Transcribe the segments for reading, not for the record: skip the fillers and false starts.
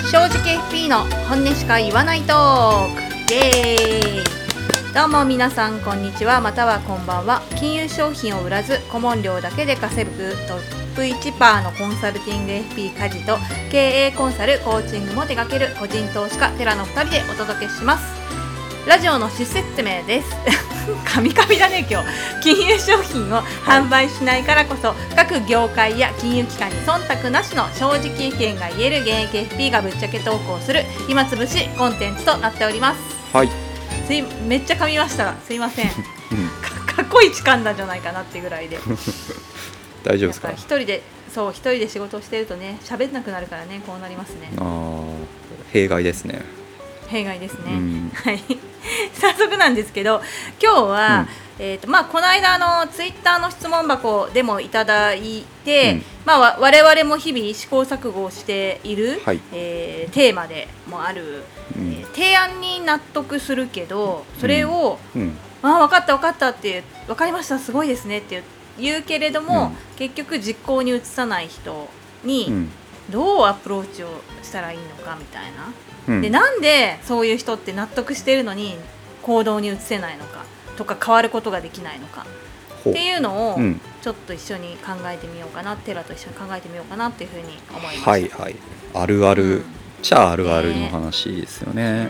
正直 FP の本音しか言わないトークイエーイ。どうも皆さんこんにちは、またはこんばんは。金融商品を売らず顧問料だけで稼ぐトップ 1% のコンサルティング FP 家事と経営コンサルコーチングも手掛ける個人投資家テラの2人でお届けします。ラジオの出説明ですカミカミだね今日。金融商品を販売しないからこそ、各業界や金融機関に忖度なしの正直意見が言える現役 FP がぶっちゃけトークをする暇つぶしコンテンツとなっております。 はい。 めっちゃ噛みました。すいません過去一噛んだんじゃないかなっていうぐらいで大丈夫ですか？ 一人で仕事をしてるとね、喋んなくなるからね、こうなりますね。 弊害ですね。 弊害ですね、はい早速なんですけど、今日は、この間ツイッターの質問箱でもいただいて、我々も日々試行錯誤をしている、テーマでもある、提案に納得するけどそれを、分かったって分かりましたすごいですねって言うけれども、結局実行に移さない人にどうアプローチをしたらいいのかみたいな、でなんでそういう人って納得してるのに行動に移せないのかとか変わることができないのかっていうのをちょっと一緒に考えてみようかな、テラと一緒に考えてみようかなっていうふうに思いました。 はいはい、あるある、じゃああるあるの話ですよね。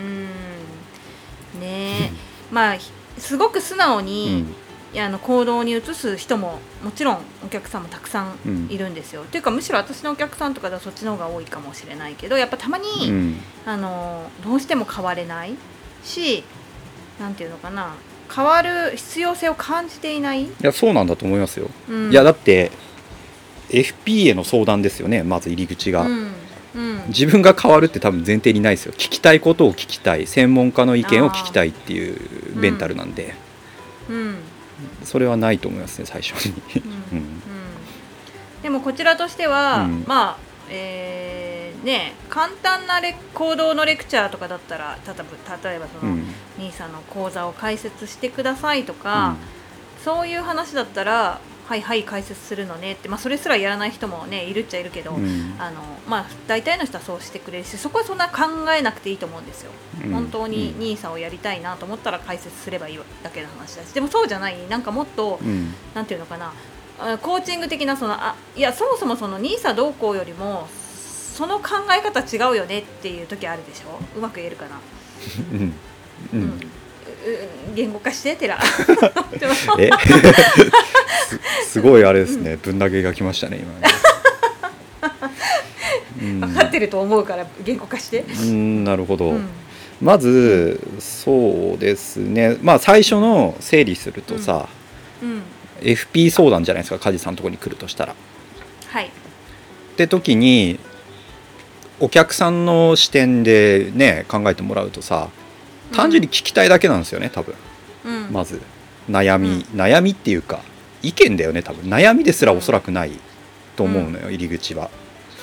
すごく素直に、行動に移す人ももちろんお客さんもたくさんいるんですよ、というかむしろ私のお客さんとかではそっちの方が多いかもしれないけど、やっぱたまに、どうしても変われないし、なんていうのかな、変わる必要性を感じていない。 いやそうなんだと思いますよ、いやだって FP への相談ですよね、まず入り口が、自分が変わるって多分前提にないですよ。聞きたいことを聞きたい、専門家の意見を聞きたいっていうメンタルなんで、それはないと思いますね最初にでもこちらとしては、簡単な行動のレクチャーとかだったら、例えばその、NISA の講座を開設してくださいとか、そういう話だったらはい解説するのねって、それすらやらない人もねいるっちゃいるけど、大体の人はそうしてくれるし、そこはそんな考えなくていいと思うんですよ。本当に NISA をやりたいなと思ったら解説すればいいだけの話だし、でもそうじゃない、なんかもっと、なんていうのかな、コーチング的なそもそもその NISA どうこうよりもその考え方違うよねっていう時あるでしょ。うまく言えるかな言語化してテラすごいあれですね、ぶん投げが来ましたね今分かってると思うから言語化して。 なるほど、まずそうですね、最初の整理するとさ、FP 相談じゃないですか、梶さんのところに来るとしたら。って時にお客さんの視点でね考えてもらうとさ、単純に聞きたいだけなんですよね多分、まず悩みっていうか意見だよね、多分悩みですらおそらくないと思うのよ、入り口は。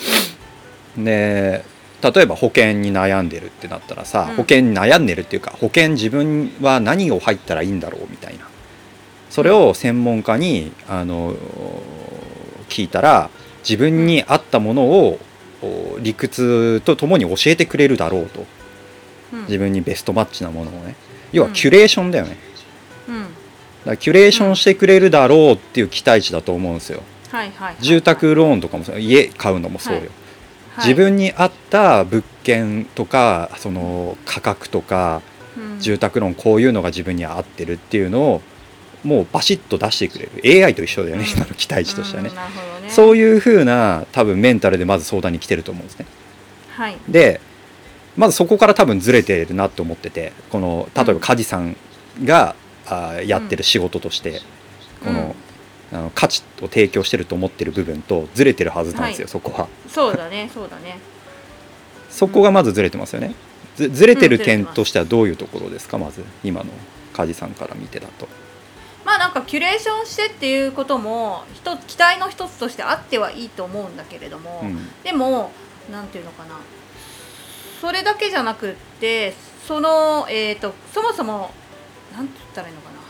で例えば保険に悩んでるってなったらさ、保険に悩んでるっていうか、保険自分は何を入ったらいいんだろうみたいな、それを専門家に聞いたら自分に合ったものを理屈とともに教えてくれるだろうと、自分にベストマッチなものをね、要はキュレーションだよね、だからキュレーションしてくれるだろうっていう期待値だと思うんですよ。住宅ローンとかも家買うのもそうよ、自分に合った物件とかその価格とか、住宅ローンこういうのが自分に合ってるっていうのをもうバシッと出してくれる AI と一緒だよね、今の期待値としてはね、そういう風な多分メンタルでまず相談に来てると思うんですね。でまずそこから多分ずれてるなと思ってて、この例えば梶さんがやってる仕事としてこの価値を提供してると思ってる部分とずれてるはずなんですよ、そこは。 そうだねそこがまずずれてますよね。ずれてる点としてはどういうところですか、まず今の梶さんから見てだと。 なんかキュレーションしてっていうことも期待の一つとしてあってはいいと思うんだけれども、でもなんていうのかな、それだけじゃなくってそもそもなんて言ったらいいのかな、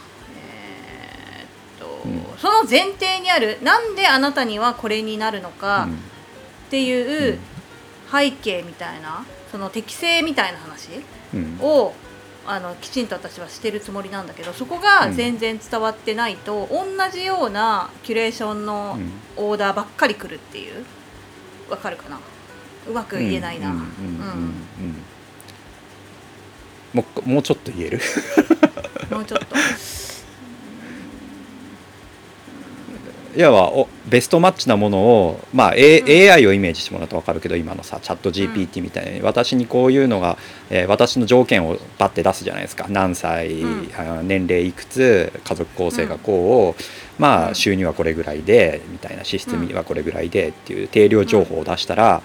その前提にあるなんであなたにはこれになるのかっていう背景みたいなその適性みたいな話うんを、きちんと私はしてるつもりなんだけど、そこが全然伝わってないと、同じようなキュレーションのオーダーばっかり来るっていう、わかるかな、うまく言えないな。 もうちょっと言えるもうちょっといわばベストマッチなものを、まあAI をイメージしてもらうと分かるけど、今のさチャット GPT みたいに、私にこういうのが、私の条件をバッて出すじゃないですか。何歳、年齢いくつ、家族構成がこう、まあ収入はこれぐらいでみたいな、支出はこれぐらいでっていう定量情報を出したら、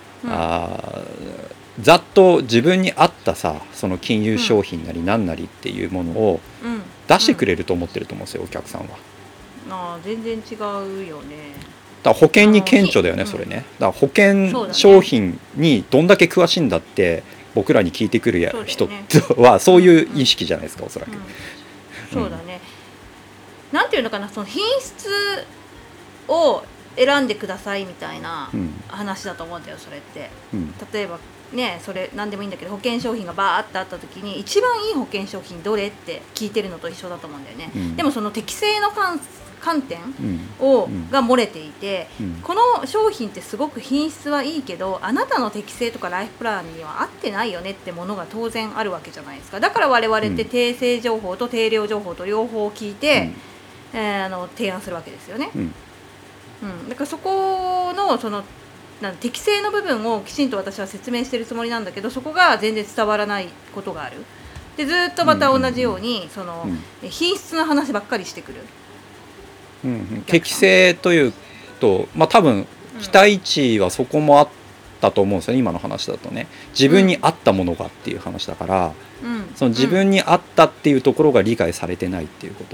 ざっと自分に合ったさ、その金融商品なり何なりっていうものを出してくれると思ってると思うんですよ、お客さんは。 全然違うよね。 だから保険に顕著だよね、それね。だから保険商品にどんだけ詳しいんだって僕らに聞いてくる人はそういう意識じゃないですか、おそらく。 そうだね。なんていうのかな、その品質を選んでくださいみたいな話だと思うんだよ、それって。例えばね、それ何でもいいんだけど、保険商品がバーってあった時に一番いい保険商品どれって聞いてるのと一緒だと思うんだよね。でもその適正の観点が漏れていて、この商品ってすごく品質はいいけど、あなたの適性とかライフプランには合ってないよねってものが当然あるわけじゃないですか。だから我々って定性情報と定量情報と両方聞いて、提案するわけですよね。だからそこのその適正の部分をきちんと私は説明してるつもりなんだけど、そこが全然伝わらないことがある。でずっとまた同じようにその品質の話ばっかりしてくる。 適正というと、まあ多分期待値はそこもあったと思うんですよね、今の話だとね。自分に合ったものがっていう話だから、その自分に合ったっていうところが理解されてないっていうこと。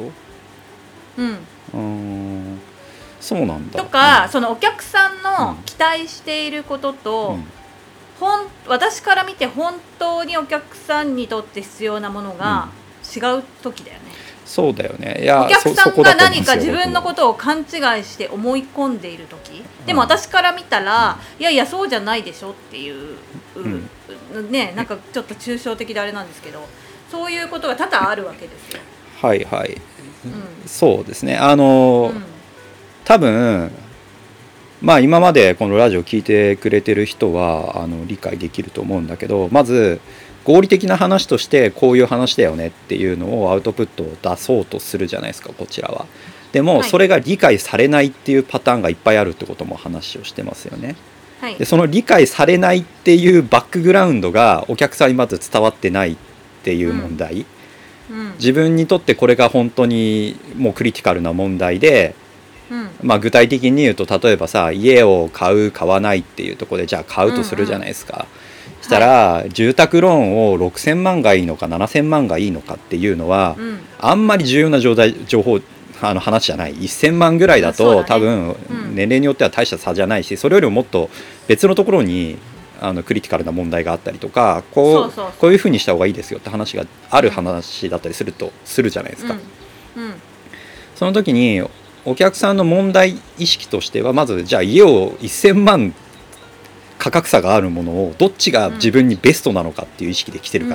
そうなんだ。 とか、そのお客さんの期待していることと、私から見て本当にお客さんにとって必要なものが違う時だよね。 そうだよね。 お客さんが何か自分のことを勘違いして思い込んでいる時、でも私から見たら、いやいやそうじゃないでしょっていう、ね、なんかちょっと抽象的であれなんですけど、そういうことが多々あるわけですよ。 はいはい、そうですね。多分まあ今までこのラジオ聞いてくれてる人は理解できると思うんだけど、まず合理的な話としてこういう話だよねっていうのをアウトプットを出そうとするじゃないですか、こちらは。でもそれが理解されないっていうパターンがいっぱいあるってことも話をしてますよね。でその理解されないっていうバックグラウンドがお客さんにまず伝わってないっていう問題、自分にとってこれが本当にもうクリティカルな問題で、まあ具体的に言うと、例えばさ、家を買う買わないっていうところでじゃあ買うとするじゃないですか。したら住宅ローンを6000万がいいのか7000万がいいのかっていうのは、あんまり重要な情報話じゃない。1000万ぐらいだと多分年齢によっては大した差じゃないし、それよりももっと別のところにクリティカルな問題があったりとか、こういうふうにした方がいいですよって話がある話だったりするじゃないですか。その時にお客さんの問題意識としては、まずじゃあ家を1000万価格差があるものをどっちが自分にベストなのかっていう意識で来てるから、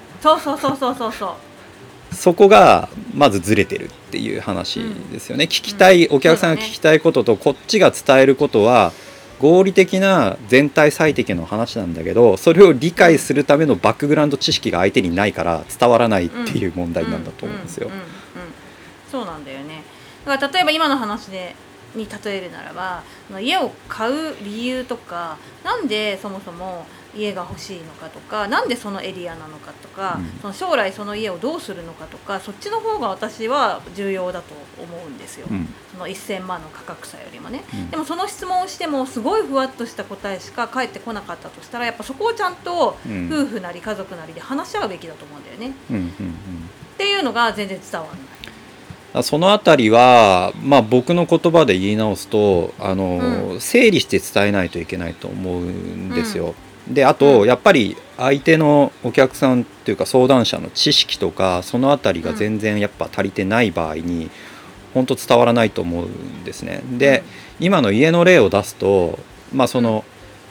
そこがまずずれてるっていう話ですよね。聞きたいお客さんが聞きたいこととこっちが伝えることは合理的な全体最適の話なんだけど、それを理解するためのバックグラウンド知識が相手にないから伝わらないっていう問題なんだと思うんですよ。 そうなんだよね。だから例えば今の話に例えるならば、家を買う理由とか、なんでそもそも家が欲しいのかとか、なんでそのエリアなのかとか、その将来その家をどうするのかとか、そっちの方が私は重要だと思うんですよ、その1000万の価格差よりもね。でもその質問をしてもすごいふわっとした答えしか返ってこなかったとしたら、やっぱそこをちゃんと夫婦なり家族なりで話し合うべきだと思うんだよね、っていうのが全然伝わらない。 そのあたりは、まあ、僕の言葉で言い直すと整理して伝えないといけないと思うんですよ。であと、やっぱり相手のお客さんっていうか相談者の知識とかそのあたりが全然やっぱ足りてない場合に本当伝わらないと思うんですね。で今の家の例を出すと、まあその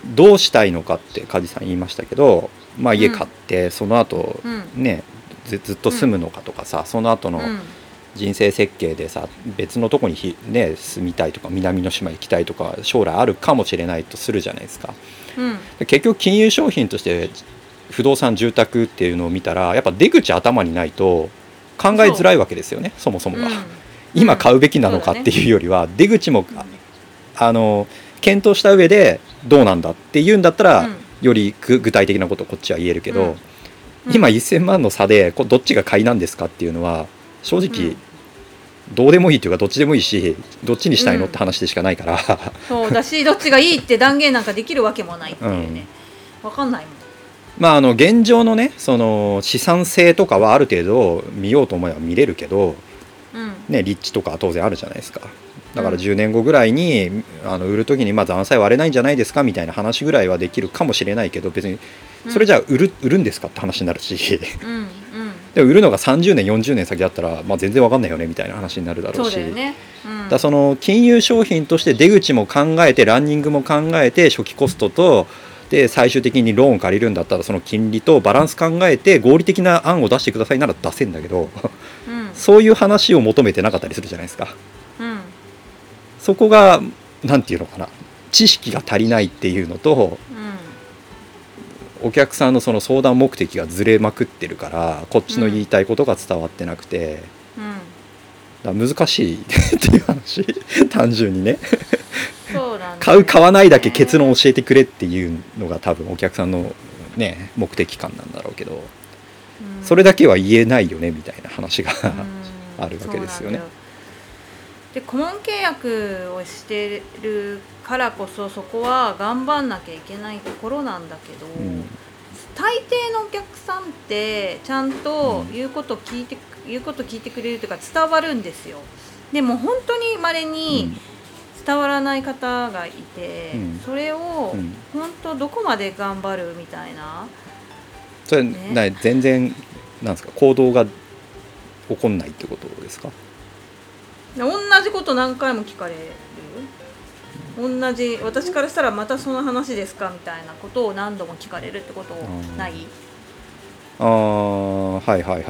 どうしたいのかって梶さん言いましたけど、まあ、家買ってその後ね、ずっと住むのかとかさ、その後の人生設計でさ別のとこにね、住みたいとか南の島行きたいとか将来あるかもしれないとするじゃないですか。結局金融商品として不動産住宅っていうのを見たらやっぱ出口頭にないと考えづらいわけですよね、そもそもが。今買うべきなのかっていうよりは出口も検討した上でどうなんだっていうんだったらより具体的なことをこっちは言えるけど、今1000万の差でどっちが買いなんですかっていうのは正直どうでもいいというかどっちでもいいし、どっちにしたいのって話でしかないから、 そうだし、どっちがいいって断言なんかできるわけもないっていうね、分かんないもん。 まあ現状のねその資産性とかはある程度見ようと思えば見れるけど、ね、立地とかは当然あるじゃないですか。だから10年後ぐらいに売る時にまあ残債割れないんじゃないですかみたいな話ぐらいはできるかもしれないけど、別にそれじゃあ売るんですかって話になるしでも売るのが30年40年先だったら、まあ、全然わかんないよねみたいな話になるだろうし、 そうだよね、 だその金融商品として出口も考えてランニングも考えて初期コストとで最終的にローン借りるんだったらその金利とバランス考えて合理的な案を出してくださいなら出せんだけど、そういう話を求めてなかったりするじゃないですか。そこがなんていうのかな、知識が足りないっていうのと、お客さんのその相談目的がずれまくってるからこっちの言いたいことが伝わってなくて、だ難しいっていう話単純にねそうなんだね、 買う買わないだけ結論教えてくれっていうのが多分お客さんのね目的感なんだろうけど、それだけは言えないよねみたいな話があるわけですよね。 で顧問契約をしてるからこそそこは頑張んなきゃいけないところなんだけど、大抵のお客さんってちゃんと言うこと聞いてくれるというか伝わるんですよ。でも本当に稀に伝わらない方がいて、それを本当どこまで頑張るみたいな、 それ、ね、全然なんですか、行動が起こんないってことですか。 同じこと何回も聞かれる、同じ、私からしたらまたその話ですかみたいなことを何度も聞かれるってことない？ はいはいはいはい、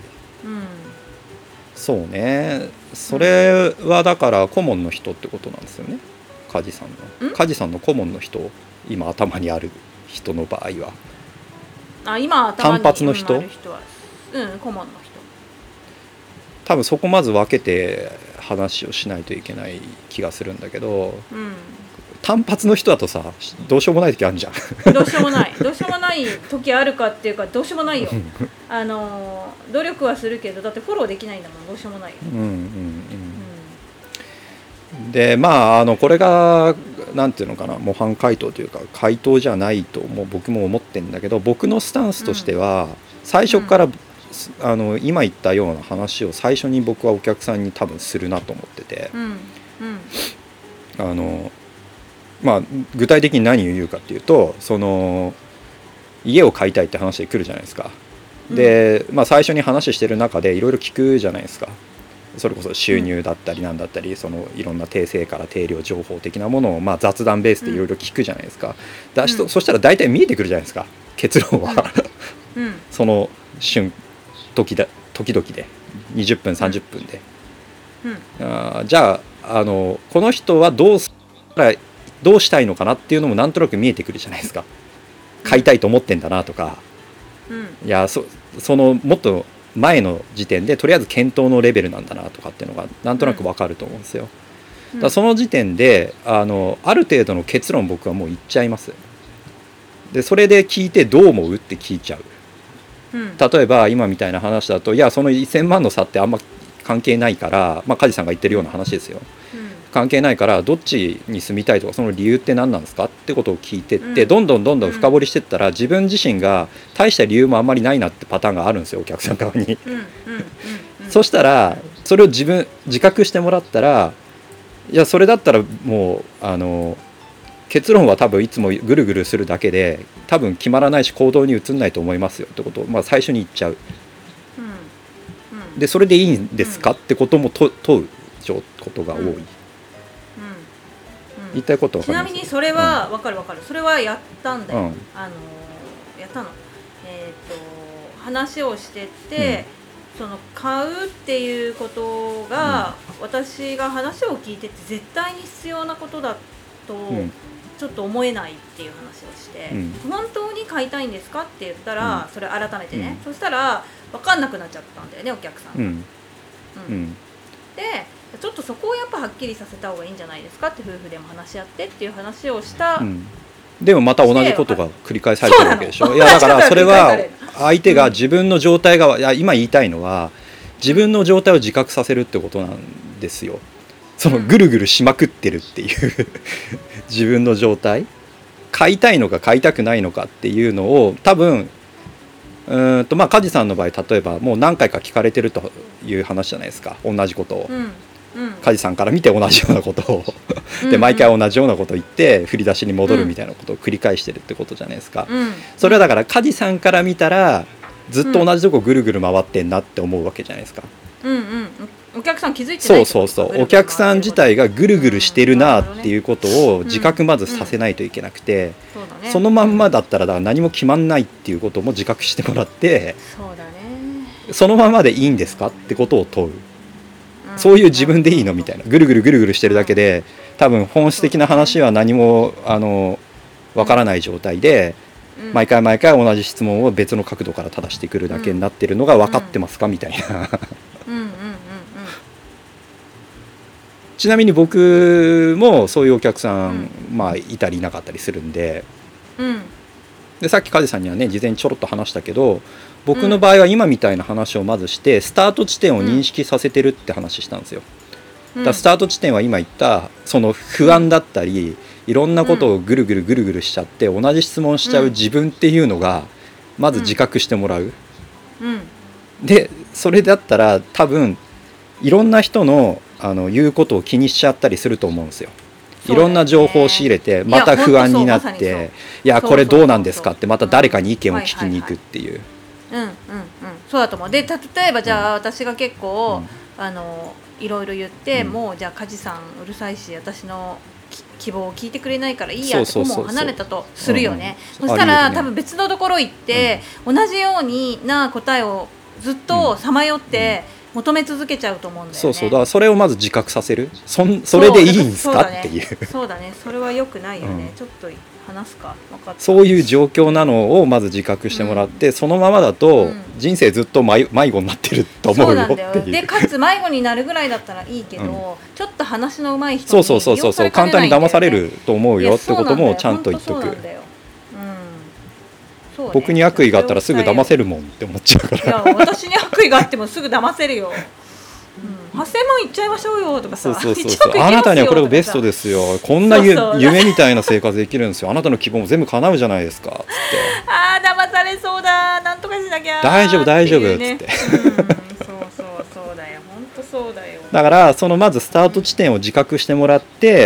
そうね、それはだから顧問の人ってことなんですよね。梶さんの顧問の人、今頭にある人の場合は今頭に単発の人、 ある人は顧問の人、 多分そこまず分けて話をしないといけない気がするんだけど、単発の人だとさどうしようもない時あるじゃんどうしようもない時あるかっていうかどうしようもないよ努力はするけどだってフォローできないんだもん、どうしようもないよ。 でまあこれがなんていうのかな、模範回答というか回答じゃないと僕も思ってるんだけど、僕のスタンスとしては最初から、今言ったような話を最初に僕はお客さんに多分するなと思ってて、まあ具体的に何を言うかっていうと、その家を買いたいって話で来るじゃないですか。で、まあ、最初に話してる中でいろいろ聞くじゃないですか。それこそ収入だったりなんだったり、そのいろんな定性から定量情報的なものをまあ雑談ベースでいろいろ聞くじゃないですか。そしたら大体見えてくるじゃないですか、結論はその時々で20分30分で、じゃあこの人はどうしたいのかなっていうのもなんとなく見えてくるじゃないですか。買いたいと思ってんだなとか、いやそのもっと前の時点でとりあえず検討のレベルなんだなとかっていうのがなんとなく分かると思うんですよ。だからその時点である程度の結論僕はもう言っちゃいます。でそれで聞いてどう思うって聞いちゃう。例えば今みたいな話だと、いやその1000万の差ってあんま関係ないから、まあ梶さんが言ってるような話ですよ、関係ないからどっちに住みたいとかその理由って何なんですかってことを聞いてって、どんどん深掘りしていったら自分自身が大した理由もあんまりないなってパターンがあるんですよ、お客さん側にそしたらそれを自覚してもらったら、いやそれだったらもう結論は多分いつもぐるぐるするだけで多分決まらないし行動に移んないと思いますよってことを、まあ、最初に言っちゃう。でそれでいいんですかってことも問うことが多い。 言いたいことは分ちなみにそれは分かる分かる、それはやったんだよ、やったの。話をしてて、その買うっていうことが、私が話を聞いてて絶対に必要なことだとちょっと思えないっていう話をして、本当に買いたいんですかって言ったら、それ改めてね、そしたら分かんなくなっちゃったんだよね、お客さんが。でちょっとそこをやっぱはっきりさせた方がいいんじゃないですかって、夫婦でも話し合ってっていう話をした、 でもまた同じことが繰り返されてるわけでしょ。いやだからそれは相手が自分の状態が、いや今言いたいのは自分の状態を自覚させるってことなんですよ。そのぐるぐるしまくってるっていう自分の状態、買いたいのか買いたくないのかっていうのを多分まあ梶さんの場合例えばもう何回か聞かれてるという話じゃないですか、同じことを。梶さんから見て同じようなことをで毎回同じようなことを言って振り出しに戻るみたいなことを繰り返してるってことじゃないですか。それはだから梶さんから見たらずっと同じとこぐるぐる回ってんなって思うわけじゃないですか。 お客さん気づいてない。 そうお客さん自体がぐるぐるしてるなっていうことを自覚まずさせないといけなくて、そのまんまだったら何も決まんないっていうことも自覚してもらって、そのままでいいんですかってことを問う。そういう自分でいいのみたいな、ぐるぐるぐるぐるしてるだけで多分本質的な話は何もわからない状態で、毎回毎回同じ質問を別の角度から正してくるだけになってるのが分かってますかみたいなちなみに僕もそういうお客さん、まあいたりいなかったりするんで、でさっき梶さんにはね事前にちょろっと話したけど、僕の場合は今みたいな話をまずしてスタート地点を認識させてるって話したんですよ。だからスタート地点は今言ったその不安だったりいろんなことをぐるぐるぐるぐるしちゃって同じ質問しちゃう自分っていうのがまず自覚してもらう。でそれだったら多分いろんな人の言うことを気にしちゃったりすると思うんですよ。いろんな情報を仕入れてまた不安になって、いやこれどうなんですかってまた誰かに意見を聞きに行くっていう。 そうだと思う。で例えばじゃあ私が結構いろいろ言って、もうじゃあ梶さんうるさいし私の希望を聞いてくれないからいいやって顧問を離れたとするよね。そしたら多分別のところ行って同じようにな答えをずっとさまよって求め続けちゃうと思うんだよね。 だからそれをまず自覚させる。それでいいんですかっていう。 そうだね、それは良くないよね。ちょっと話すか。分かった。 そういう状況なのをまず自覚してもらって、そのままだと人生ずっと迷子になってると思うよっていう。そうなんだよ。でかつ迷子になるぐらいだったらいいけど、ちょっと話の上手い人にそう簡単に騙されると思うよってこともちゃんと言っとく。僕に悪意があったらすぐ騙せるもんって思っちゃうから。 いや私に悪意があってもすぐ騙せるよ。8000万いっちゃいましょうよとかさ。 あなたにはこれがベストですよ。こんな夢みたいな生活できるんですよ。あなたの希望も全部叶うじゃないですかつって。 騙されそうだ。なんとかしなきゃ。 大丈夫大丈夫っつって。 そうだよ。本当そうだよ。 だからそのまずスタート地点を自覚してもらって、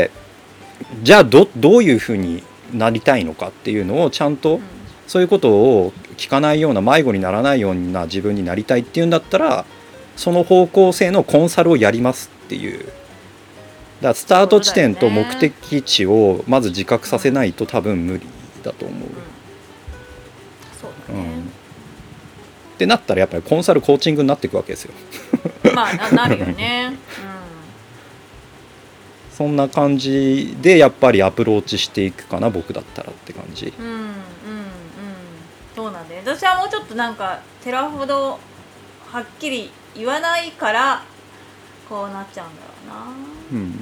じゃあどういうふうになりたいのかっていうのをちゃんと、そういうことを聞かないような迷子にならないような自分になりたいっていうんだったらその方向性のコンサルをやりますっていう。だからスタート地点と目的地をまず自覚させないと多分無理だと思う。ってなったらやっぱりコンサルコーチングになっていくわけですよ。 まあなるよね。 そんな感じでやっぱりアプローチしていくかな僕だったらって感じ。 そうなんで私はもうちょっとなんか寺ほどはっきり言わないからこうなっちゃうんだろうな。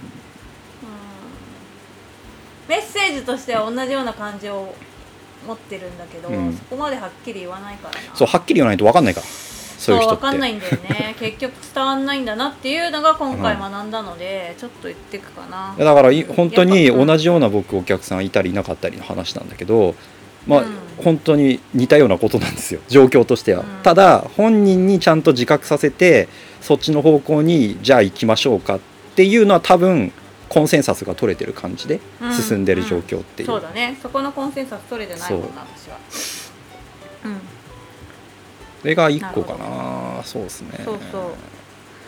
メッセージとしては同じような感じを持ってるんだけど、そこまではっきり言わないからな。 そうはっきり言わないと分かんないから。そういう人って分かんないんだよね。結局伝わんないんだなっていうのが今回学んだので、ちょっと言っていくかな。 だから本当に同じような僕お客さんいたりいなかったりの話なんだけど、本当に似たようなことなんですよ状況としては。ただ本人にちゃんと自覚させてそっちの方向にじゃあ行きましょうかっていうのは多分コンセンサスが取れてる感じで進んでる状況っていう。 そうだね。そこのコンセンサス取れてないもんな私は。 それが1個かな。そうですね。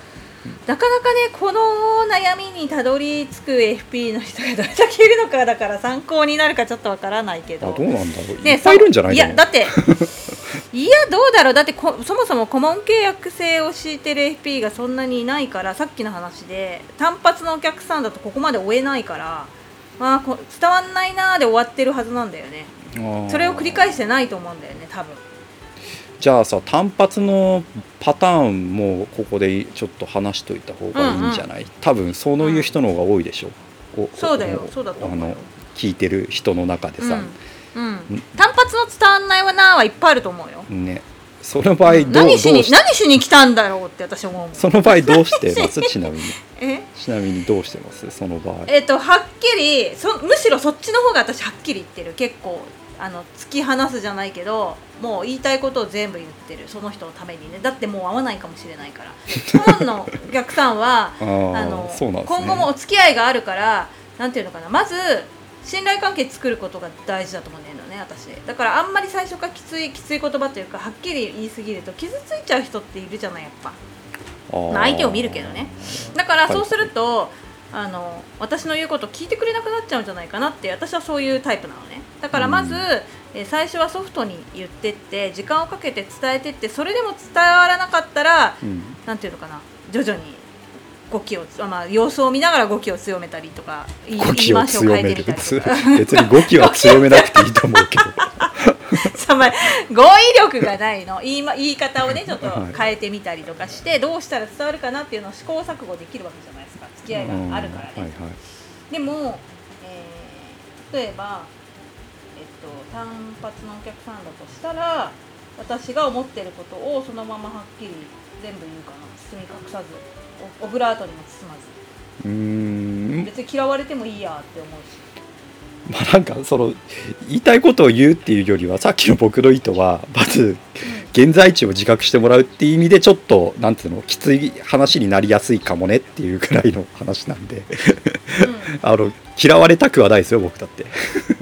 なかなかねこの悩みにたどり着く FP の人がどれだけいるのかだから参考になるかちょっとわからないけど、 どうなんだろう、ね、いっぱいいるんじゃないの？ いやだっていやどうだろう、だってそもそも顧問契約制を敷いてる FP がそんなにいないから、さっきの話で単発のお客さんだとここまで追えないから、まあ、伝わんないなーで終わってるはずなんだよね。それを繰り返してないと思うんだよね多分。 じゃあさ、単発のパターンもここでちょっと話しといた方がいいんじゃない？多分そういう人の方が多いでしょ。 そうだよ、そうだと思う。 聞いてる人の中でさ、 単発の伝わんないわなはいっぱいあると思うよね。 その場合何しに来たんだろうって私思うもん。 その場合どうしてます？ちなみにどうしてます？その場合はっきりむしろそっちの方が私はっきり言ってる。結構突き放すじゃないけど、もう言いたいことを全部言ってる、その人のためにね。だってもう会わないかもしれないから顧問のお客さんはそうなんですね、 今後もお付き合いがあるから、なんていうのかな、まず信頼関係作ることが大事だと思うんだよね私。だからあんまり最初からきつい言葉というかはっきり言いすぎると傷ついちゃう人っているじゃないやっぱ。相手を見るけどね。だからそうすると、私の言うことを聞いてくれなくなっちゃうんじゃないかなって、私はそういうタイプなのね。だからまず、最初はソフトに言ってって時間をかけて伝えてって、それでも伝わらなかったら、なんていうのかな、徐々に様子を見ながら語気を強めたりとか、言い回しを変えてみたりとか別に語気は強めなくていいと思うけど語彙力がないの。言い方をねちょっと変えてみたりとかして、どうしたら伝わるかなっていうのを試行錯誤できるわけじゃないですか、付き合いがあるからね。でも、例えば、単発のお客さんだとしたら、私が思ってることをそのままはっきり全部言うかな。包み隠さず、オブラートにも包まず、別に嫌われてもいいやって思うし。 なんか言いたいことを言うっていうよりは、さっきの僕の意図はまず現在地を自覚してもらうっていう意味で、ちょっとなんていうの、きつい話になりやすいかもねっていうくらいの話なんで嫌われたくはないですよ僕だって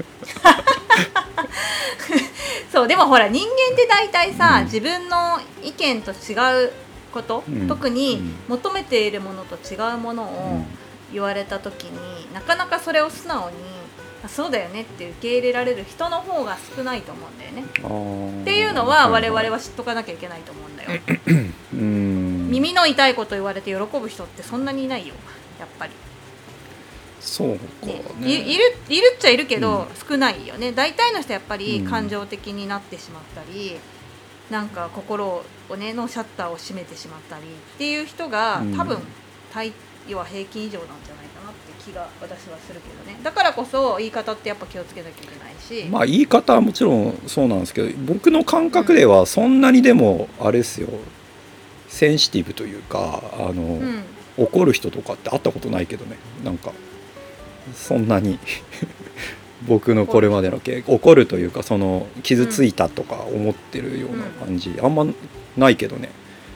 そうでもほら、人間って大体さ、自分の意見と違うこと、特に求めているものと違うものを言われた時に、なかなかそれを素直にそうだよねって受け入れられる人の方が少ないと思うんだよね。っていうのは我々は知っとかなきゃいけないと思うんだよ耳の痛いこと言われて喜ぶ人ってそんなにいないよやっぱり。 そうかね、 いるっちゃいるけど、少ないよね。大体の人はやっぱり感情的になってしまったり、なんか心をねのシャッターを閉めてしまったりっていう人が多分要は平均以上なんじゃないかなって気が私はするけどね。だからこそ言い方ってやっぱ気をつけなきゃいけないし、 まあ言い方はもちろんそうなんですけど、僕の感覚ではそんなにでもあれですよ、センシティブというか怒る人とかって会ったことないけどね、なんかそんなに僕のこれまでの経験、怒るというか傷ついたとか思ってるような感じ、あんまないけどね。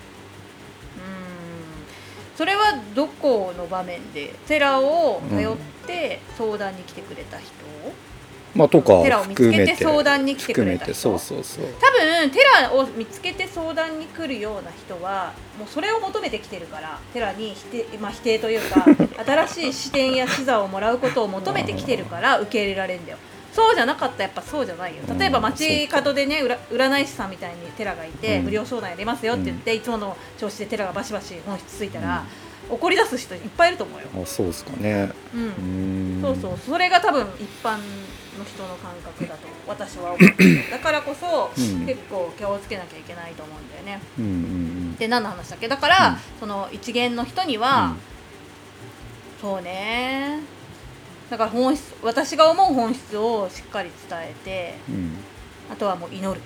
それはどこの場面でテラを頼って相談に来てくれた人、 とかテラを見つけて相談に来てくれた人、 そう多分テラを見つけて相談に来るような人はもうそれを求めてきてるから、テラに否定というか新しい視点や視座をもらうことを求めてきてるから受け入れられるんだよ。そうじゃなかったらやっぱそうじゃないよ。例えば街角でね、占い師さんみたいにテラがいて、無料相談やりますよって言って、いつもの調子でテラがバシバシ本質ついたら、怒り出す人いっぱいいると思うよ。 そうですかね。 それが多分一般の人の感覚だと私は思うだからこそ、結構気をつけなきゃいけないと思うんだよね。で何の話だっけ。だから、その一元の人には、そうね、だから私が思う本質をしっかり伝えて、あとはもう祈る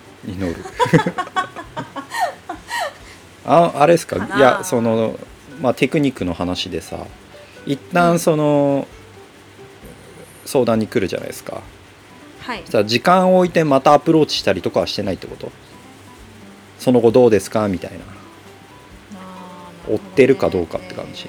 あれですか。いやテクニックの話でさ、一旦相談に来るじゃないですか。そしたら時間を置いてまたアプローチしたりとかはしてないってこと？その後どうですかみたいな、追ってるかどうかって感じ。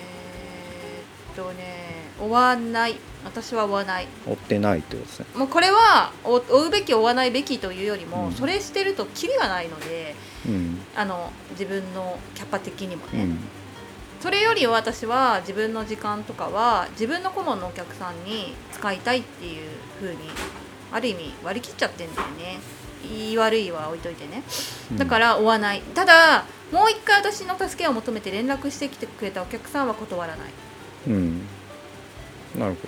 追わない。私は追わない。 追ってないってことですね。 もうこれは追うべき追わないべきというよりも、それしてるとキリがないので、自分のキャパ的にもね、 それより私は自分の時間とかは自分の顧問のお客さんに使いたいっていう風にある意味割り切っちゃってんだよね。いい悪いは置いといてね。だから追わない。ただもう一回私の助けを求めて連絡してきてくれたお客さんは断らない。 うん、なるほ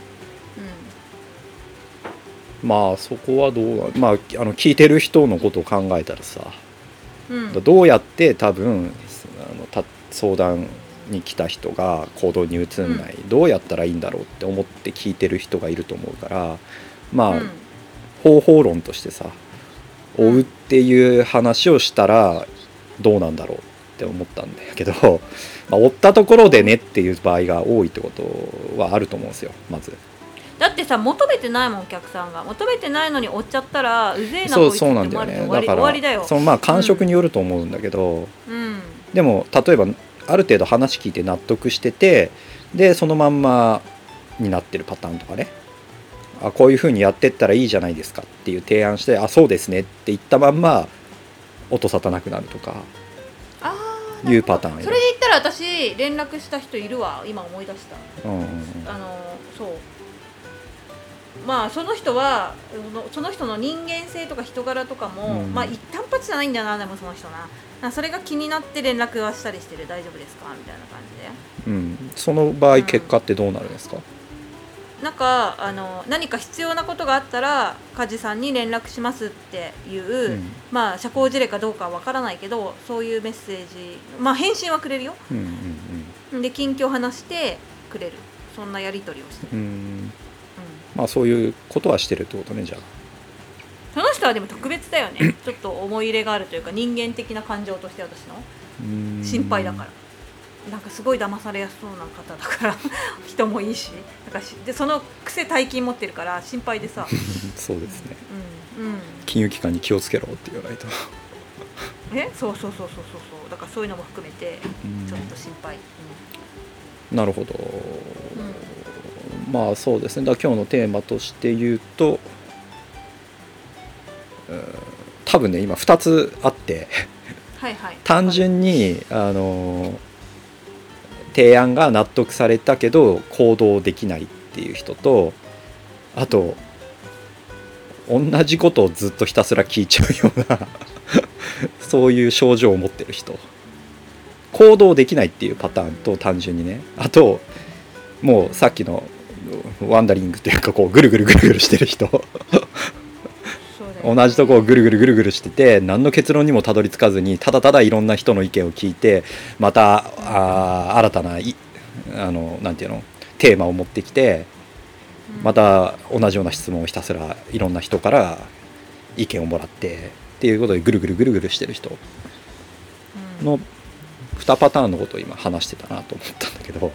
ど。まあそこはどうまあ聞いてる人のことを考えたらさ、どうやって多分相談に来た人が行動に移んない、どうやったらいいんだろうって思って聞いてる人がいると思うから、まあ、方法論としてさ、追うっていう話をしたらどうなんだろうって思ったんだけど、まあ、追ったところでねっていう場合が多いってことはあると思うんですよ。まずだってさ、求めてないもん、お客さんが求めてないのに追っちゃったらうぜえなこいつって思われて終わりだよ。 まあ感触によると思うんだけど、でも例えばある程度話聞いて納得してて、でそのまんまになってるパターンとかね、こういう風にやってったらいいじゃないですかっていう提案して、そうですねって言ったまんま音沙汰なくなるとかいうパターン。 それで言ったら私連絡した人いるわ、今思い出した。そうまあその人はその人の人間性とか人柄とかも、まあ一旦発じゃないんだよな。でもその人な、それが気になって連絡はしたりしてる。大丈夫ですかみたいな感じで、その場合結果ってどうなるんですか？なんか何か必要なことがあったら梶さんに連絡しますっていう、まあ社交辞令かどうかはわからないけど、そういうメッセージ、まあ返信はくれるよ、で近況話してくれる、そんなやり取りをしてる。まあそういうことはしてるってことね。じゃあその人はでも特別だよねちょっと思い入れがあるというか、人間的な感情として私の心配だから。なんかすごい騙されやすそうな方だから人もいいし、なんかでその癖大金持ってるから心配でさそうですね、金融機関に気をつけろって言わないとそうだからそういうのも含めてちょっと心配。 なるほど、まあそうですね。だから今日のテーマとして言うと、多分ね今2つあって単純に提案が納得されたけど行動できないっていう人と、あと同じことをずっとひたすら聞いちゃうようなそういう症状を持ってる人、行動できないっていうパターンと、単純にね、あともうさっきのワンダリングっていうか、こうぐるぐるぐるぐるしてる人同じとこをぐるぐるぐるぐるしてて、何の結論にもたどり着かずに、ただただいろんな人の意見を聞いて、また新たななんていうのテーマを持ってきて、また同じような質問をひたすらいろんな人から意見をもらってっていうことでぐるぐるぐるぐるしてる人の2パターンのことを今話してたなと思ったんだけど、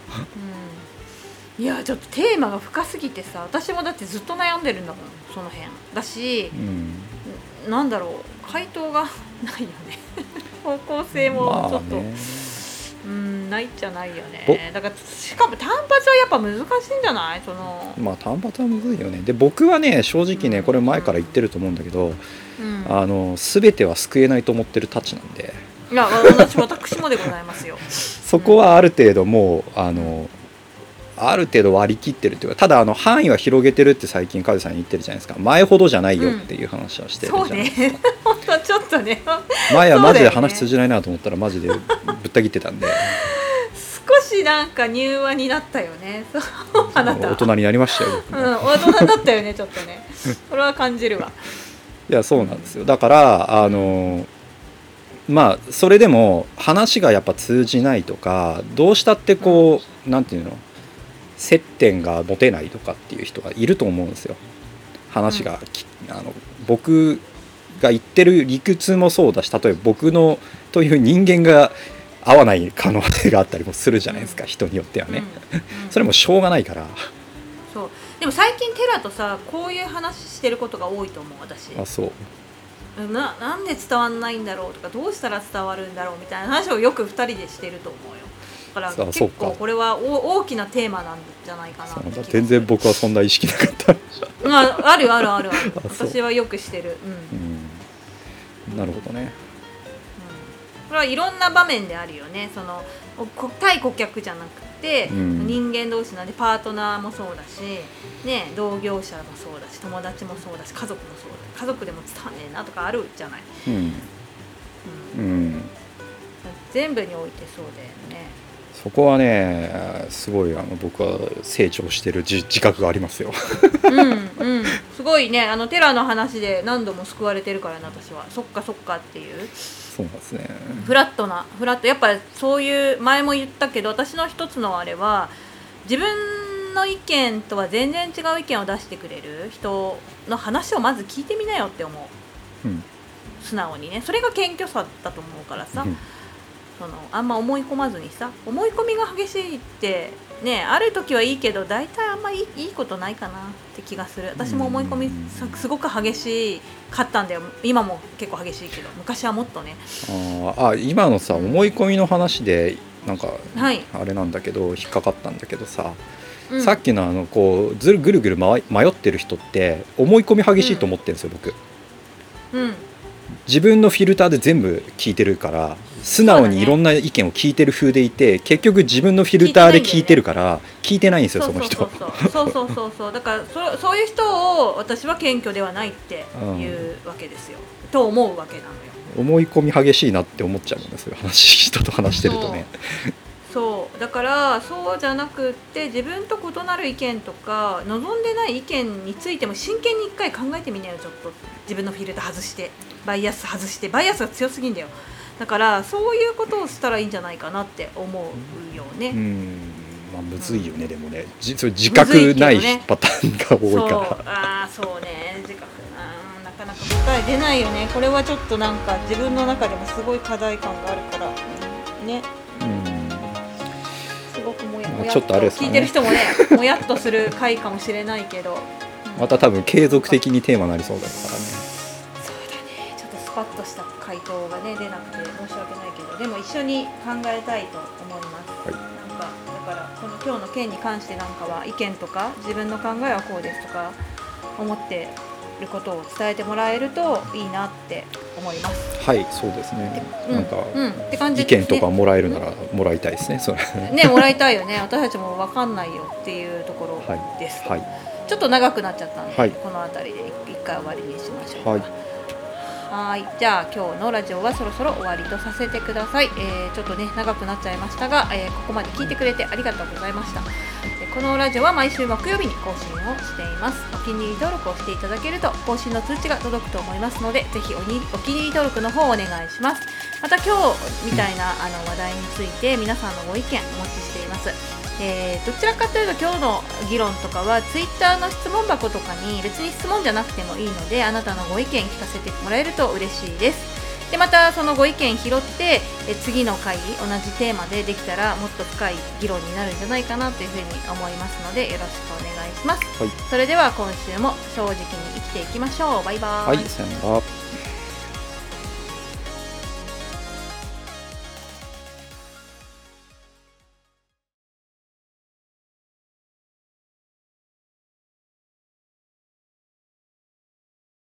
いやちょっとテーマが深すぎてさ、私もだってずっと悩んでるんだもん、その辺だし、なんだろう、回答がないよね方向性もちょっと、ないっちゃないよね。だからしかも単発はやっぱ難しいんじゃない？まあ単発はむずいよね。で僕はね正直ね、これ前から言ってると思うんだけど、全ては救えないと思ってるたちなんで。いや私もでございますよそこはある程度もうある程度割り切ってるっていうか、ただ範囲は広げてるって最近梶さん言ってるじゃないですか。前ほどじゃないよっていう話はしてるじゃないですか。そうね本当ちょっとね前はマジで話通じないなと思ったらマジでぶった切ってたんで少しなんか柔和になったよねあなた大人になりましたよ、 大人になったよねちょっとねこれは感じるわ。 いやそうなんですよ。だからまあそれでも話がやっぱ通じないとか、どうしたってこうなんていうの接点が持てないとかっていう人がいると思うんですよ。話が、僕が言ってる理屈もそうだし、例えば僕のという人間が合わない可能性があったりもするじゃないですか、人によってはね、それもしょうがないから。 そうでも最近テラとさこういう話してることが多いと思う私。 そうなんで伝わんないんだろうとか、どうしたら伝わるんだろうみたいな話をよく2人でしてると思うよ。だから結構これは大きなテーマなんじゃないかな。 全然僕はそんな意識なかったある私はよくしてる、 なるほどね、 これはいろんな場面であるよね。 対顧客じゃなくて、 うん、 人間同士なんでパートナーもそうだし、ね、同業者もそうだし友達もそうだし家族もそうだし家族でも伝わんねえなとかあるじゃない、 うん、うん、 全部においてそうだよね。 そこはねすごい僕は成長してる自覚がありますよ。 うんうん、すごいねテラの話で何度も救われてるからね私は。そっかそっかっていう、 そうなんですね。 フラットやっぱそういう前も言ったけど私の一つのあれは自分の意見とは全然違う意見を出してくれる人の話をまず聞いてみなよって思う、 うん、 素直にね。それが謙虚さだと思うからさ、 うん、 あんま思い込まずにさ、思い込みが激しいってねある時はいいけど大体あんまいいことないかなって気がする。私も思い込みすごく激しかったんだよ。今も結構激しいけど昔はもっとね。 今のさ思い込みの話でなんか、 はい、 あれなんだけど引っかかったんだけどさ、 うん、 さっきのこうぐるぐる迷ってる人って思い込み激しいと思ってるんですよ、僕。 うん、 自分のフィルターで全部聞いてるから素直にいろんな意見を聞いてる風でいて、結局自分のフィルターで聞いてるから聞いてないんですよ、その人。 そうだからそういう人を私は謙虚ではないっていうわけですよ、と思うわけなのよ。 思い込み激しいなって思っちゃうもんね、そういう人と話してるとね。 そうだからそうじゃなくって自分と異なる意見とか望んでない意見についても真剣に一回考えてみなよ。ちょっと自分のフィルター外してバイアス外して、バイアスが強すぎんだよ。だからそういうことをしたらいいんじゃないかなって思うよね。 まあ、むずいよね、でもねそれ自覚ないパターンが多いから。 そうね、自覚なかなか答え出ないよね。これはちょっとなんか自分の中でもすごい課題感があるからね。すごくもやちょっとあれですかね、 聞いてる人もねもやっとする回かもしれないけど、 また多分継続的にテーマになりそうだからね。 そうだね、ちょっとスパッとした回答がね出なくて申し訳ないけど、でも一緒に考えたいと思います、 はい、 なんかだからこの今日の件に関してなんかは意見とか自分の考えはこうですとか思ってることを伝えてもらえるといいなって思います。 はい、そうですね。なんか、 って感じ意見とかもらえるならもらいたいですね。それね、もらいたいよね。私たちも分かんないよっていうところです、 はい、 ちょっと長くなっちゃったんで、 はい、 この辺りで一回終わりにしましょうか。 はい、 じゃあ今日のラジオはそろそろ終わりとさせてください。ちょっとね長くなっちゃいましたが、ここまで聞いてくれてありがとうございました。このラジオは毎週木曜日に更新をしています。お気に入り登録をしていただけると更新の通知が届くと思いますので、ぜひお気に入り登録の方をお願いします。また今日みたいな話題について皆さんのご意見お待ちしています。どちらかというと今日の議論とかはツイッターの質問箱とかに別に質問じゃなくてもいいので、あなたのご意見聞かせてもらえると嬉しいです。でまたそのご意見拾って次の回同じテーマでできたらもっと深い議論になるんじゃないかなというふうに思いますのでよろしくお願いします、はい、それでは今週も正直に生きていきましょう。バイバイ。 はい、さよなら。